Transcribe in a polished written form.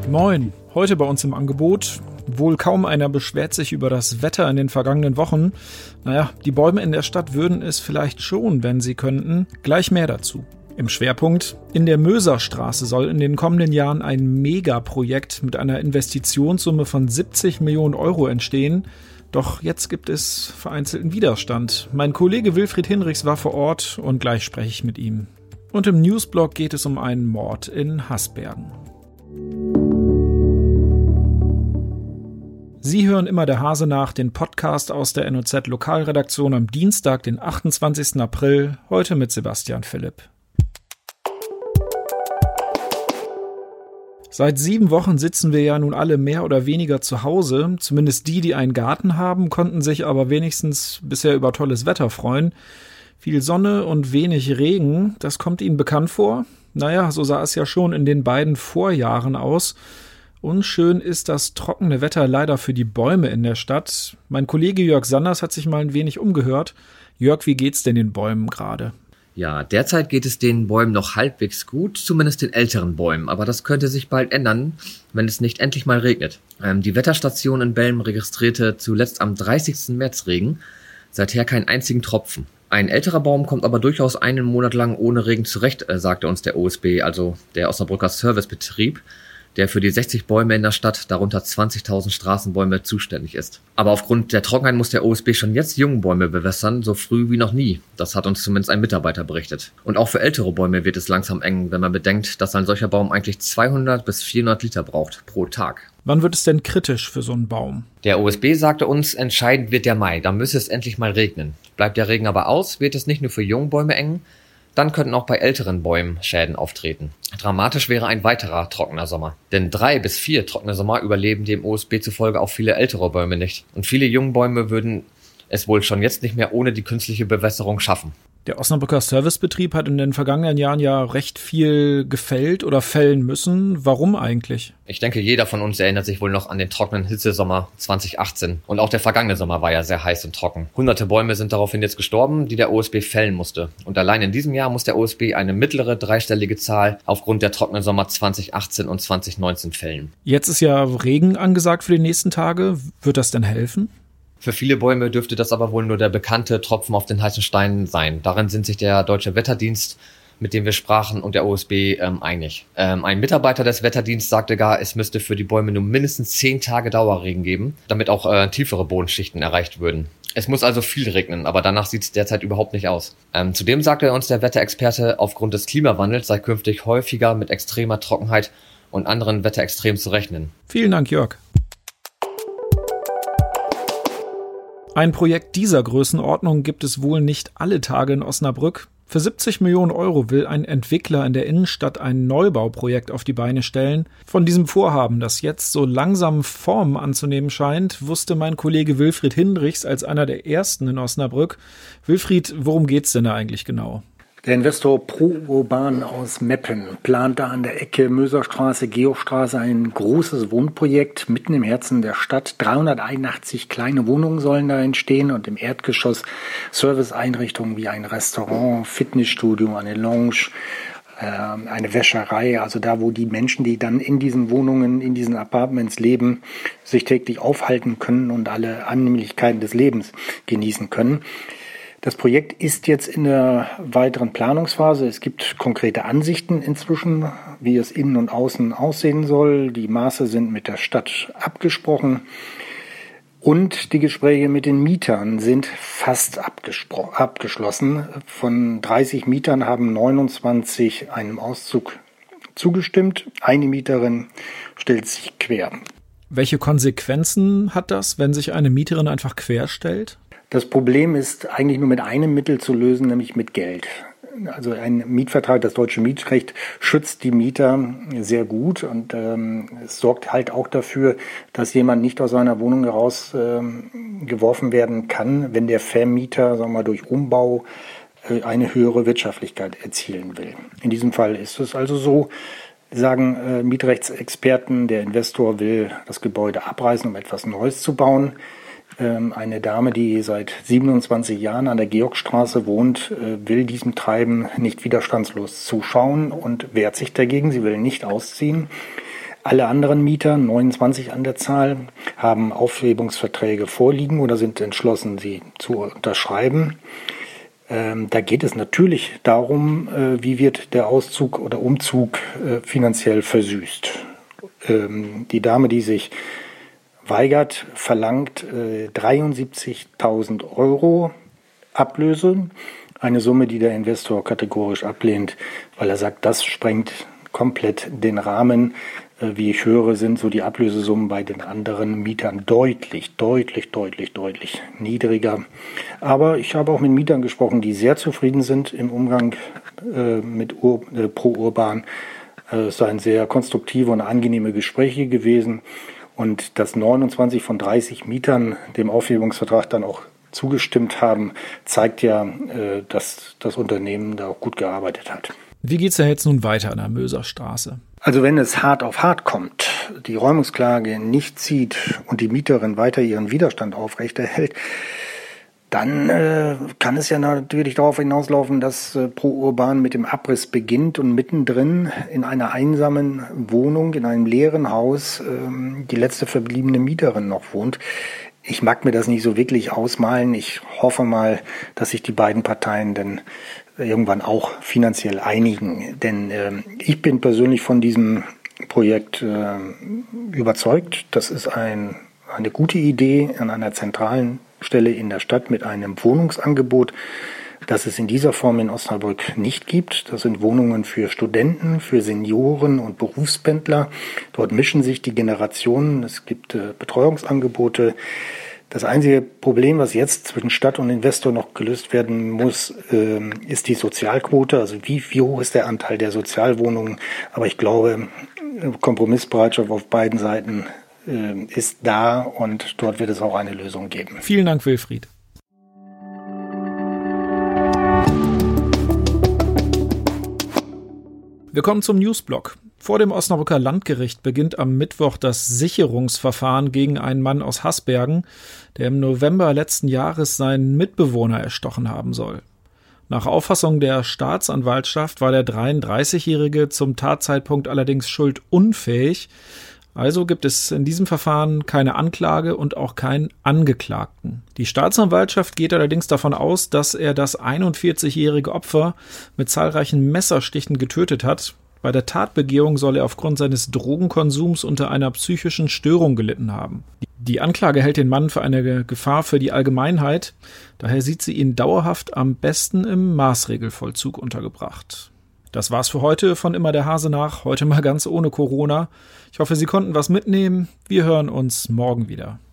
Moin, heute bei uns im Angebot. Wohl kaum einer beschwert sich über das Wetter in den vergangenen Wochen. Naja, die Bäume in der Stadt würden es vielleicht schon, wenn sie könnten. Gleich mehr dazu. Im Schwerpunkt: in der Möserstraße soll in den kommenden Jahren ein Megaprojekt mit einer Investitionssumme von 70 Millionen Euro entstehen. Doch jetzt gibt es vereinzelten Widerstand. Mein Kollege Wilfried Hinrichs war vor Ort und gleich spreche ich mit ihm. Und im Newsblog geht es um einen Mord in Hasbergen. Sie hören immer der Hase nach, den Podcast aus der NOZ Lokalredaktion am Dienstag, den 28. April, heute mit Sebastian Philipp. Seit 7 Wochen sitzen wir ja nun alle mehr oder weniger zu Hause. Zumindest die einen Garten haben, konnten sich aber wenigstens bisher über tolles Wetter freuen. Viel Sonne und wenig Regen, das kommt Ihnen bekannt vor? Naja, so sah es ja schon in den beiden Vorjahren aus. Unschön ist das trockene Wetter leider für die Bäume in der Stadt. Mein Kollege Jörg Sanders hat sich mal ein wenig umgehört. Jörg, wie geht's denn den Bäumen gerade? Ja, derzeit geht es den Bäumen noch halbwegs gut, zumindest den älteren Bäumen. Aber das könnte sich bald ändern, wenn es nicht endlich mal regnet. Die Wetterstation in Belm registrierte zuletzt am 30. März Regen, seither keinen einzigen Tropfen. Ein älterer Baum kommt aber durchaus einen Monat lang ohne Regen zurecht, sagte uns der OSB, also der Osnabrücker Servicebetrieb, der für die 60 Bäume in der Stadt, darunter 20.000 Straßenbäume, zuständig ist. Aber aufgrund der Trockenheit muss der OSB schon jetzt junge Bäume bewässern, so früh wie noch nie. Das hat uns zumindest ein Mitarbeiter berichtet. Und auch für ältere Bäume wird es langsam eng, wenn man bedenkt, dass ein solcher Baum eigentlich 200 bis 400 Liter braucht pro Tag. Wann wird es denn kritisch für so einen Baum? Der OSB sagte uns, entscheidend wird der Mai, da müsse es endlich mal regnen. Bleibt der Regen aber aus, wird es nicht nur für junge Bäume eng, dann könnten auch bei älteren Bäumen Schäden auftreten. Dramatisch wäre ein weiterer trockener Sommer. Denn 3 bis 4 trockene Sommer überleben dem OSB zufolge auch viele ältere Bäume nicht. Und viele junge Bäume würden es wohl schon jetzt nicht mehr ohne die künstliche Bewässerung schaffen. Der Osnabrücker Servicebetrieb hat in den vergangenen Jahren ja recht viel gefällt oder fällen müssen. Warum eigentlich? Ich denke, jeder von uns erinnert sich wohl noch an den trockenen Hitzesommer 2018. Und auch der vergangene Sommer war ja sehr heiß und trocken. Hunderte Bäume sind daraufhin jetzt gestorben, die der OSB fällen musste. Und allein in diesem Jahr muss der OSB eine mittlere dreistellige Zahl aufgrund der trockenen Sommer 2018 und 2019 fällen. Jetzt ist ja Regen angesagt für die nächsten Tage. Wird das denn helfen? Für viele Bäume dürfte das aber wohl nur der bekannte Tropfen auf den heißen Stein sein. Darin sind sich der Deutsche Wetterdienst, mit dem wir sprachen, und der OSB einig. Ein Mitarbeiter des Wetterdienstes sagte gar, es müsste für die Bäume nur mindestens 10 Tage Dauerregen geben, damit auch tiefere Bodenschichten erreicht würden. Es muss also viel regnen, aber danach sieht es derzeit überhaupt nicht aus. Zudem sagte uns der Wetterexperte, aufgrund des Klimawandels sei künftig häufiger mit extremer Trockenheit und anderen Wetterextremen zu rechnen. Vielen Dank, Jörg. Ein Projekt dieser Größenordnung gibt es wohl nicht alle Tage in Osnabrück. Für 70 Millionen Euro will ein Entwickler in der Innenstadt ein Neubauprojekt auf die Beine stellen. Von diesem Vorhaben, das jetzt so langsam Form anzunehmen scheint, wusste mein Kollege Wilfried Hinrichs als einer der ersten in Osnabrück. Wilfried, worum geht's denn da eigentlich genau? Der Investor ProUrban aus Meppen plant da an der Ecke Möserstraße, Georgstraße ein großes Wohnprojekt mitten im Herzen der Stadt. 381 kleine Wohnungen sollen da entstehen und im Erdgeschoss Serviceeinrichtungen wie ein Restaurant, Fitnessstudio, eine Lounge, eine Wäscherei. Also da, wo die Menschen, die dann in diesen Wohnungen, in diesen Apartments leben, sich täglich aufhalten können und alle Annehmlichkeiten des Lebens genießen können. Das Projekt ist jetzt in der weiteren Planungsphase. Es gibt konkrete Ansichten inzwischen, wie es innen und außen aussehen soll. Die Maße sind mit der Stadt abgesprochen. Und die Gespräche mit den Mietern sind fast abgeschlossen. Von 30 Mietern haben 29 einem Auszug zugestimmt. Eine Mieterin stellt sich quer. Welche Konsequenzen hat das, wenn sich eine Mieterin einfach querstellt? Das Problem ist eigentlich nur mit einem Mittel zu lösen, nämlich mit Geld. Also ein Mietvertrag, das deutsche Mietrecht schützt die Mieter sehr gut und es sorgt halt auch dafür, dass jemand nicht aus seiner Wohnung heraus geworfen werden kann, wenn der Vermieter, sagen wir mal, durch Umbau eine höhere Wirtschaftlichkeit erzielen will. In diesem Fall ist es also so, sagen Mietrechtsexperten, der Investor will das Gebäude abreißen, um etwas Neues zu bauen. Eine Dame, die seit 27 Jahren an der Georgstraße wohnt, will diesem Treiben nicht widerstandslos zuschauen und wehrt sich dagegen. Sie will nicht ausziehen. Alle anderen Mieter, 29 an der Zahl, haben Aufhebungsverträge vorliegen oder sind entschlossen, sie zu unterschreiben. Da geht es natürlich darum, wie wird der Auszug oder Umzug finanziell versüßt. Die Dame, die sich weigert, verlangt 73.000 € Ablöse. Eine Summe, die der Investor kategorisch ablehnt, weil er sagt, das sprengt komplett den Rahmen. Wie ich höre, sind so die Ablösesummen bei den anderen Mietern deutlich niedriger. Aber ich habe auch mit Mietern gesprochen, die sehr zufrieden sind im Umgang mit ProUrban. Es seien sehr konstruktive und angenehme Gespräche gewesen. Und dass 29 von 30 Mietern dem Aufhebungsvertrag dann auch zugestimmt haben, zeigt ja, dass das Unternehmen da auch gut gearbeitet hat. Wie geht's denn jetzt nun weiter an der Möserstraße? Also wenn es hart auf hart kommt, die Räumungsklage nicht zieht und die Mieterin weiter ihren Widerstand aufrechterhält, dann kann es ja natürlich darauf hinauslaufen, dass ProUrban mit dem Abriss beginnt und mittendrin in einer einsamen Wohnung, in einem leeren Haus, die letzte verbliebene Mieterin noch wohnt. Ich mag mir das nicht so wirklich ausmalen. Ich hoffe mal, dass sich die beiden Parteien dann irgendwann auch finanziell einigen. Denn ich bin persönlich von diesem Projekt überzeugt. Das ist eine gute Idee an einer zentralen Stelle in der Stadt mit einem Wohnungsangebot, das es in dieser Form in Osnabrück nicht gibt. Das sind Wohnungen für Studenten, für Senioren und Berufspendler. Dort mischen sich die Generationen. Es gibt Betreuungsangebote. Das einzige Problem, was jetzt zwischen Stadt und Investor noch gelöst werden muss, ist die Sozialquote. Also wie hoch ist der Anteil der Sozialwohnungen? Aber ich glaube, Kompromissbereitschaft auf beiden Seiten ist da und dort wird es auch eine Lösung geben. Vielen Dank, Wilfried. Wir kommen zum Newsblock. Vor dem Osnabrücker Landgericht beginnt am Mittwoch das Sicherungsverfahren gegen einen Mann aus Hasbergen, der im November letzten Jahres seinen Mitbewohner erstochen haben soll. Nach Auffassung der Staatsanwaltschaft war der 33-Jährige zum Tatzeitpunkt allerdings schuldunfähig. Also gibt es in diesem Verfahren keine Anklage und auch keinen Angeklagten. Die Staatsanwaltschaft geht allerdings davon aus, dass er das 41-jährige Opfer mit zahlreichen Messerstichen getötet hat. Bei der Tatbegehung soll er aufgrund seines Drogenkonsums unter einer psychischen Störung gelitten haben. Die Anklage hält den Mann für eine Gefahr für die Allgemeinheit. Daher sieht sie ihn dauerhaft am besten im Maßregelvollzug untergebracht. Das war's für heute von Immer der Hase nach. Heute mal ganz ohne Corona. Ich hoffe, Sie konnten was mitnehmen. Wir hören uns morgen wieder.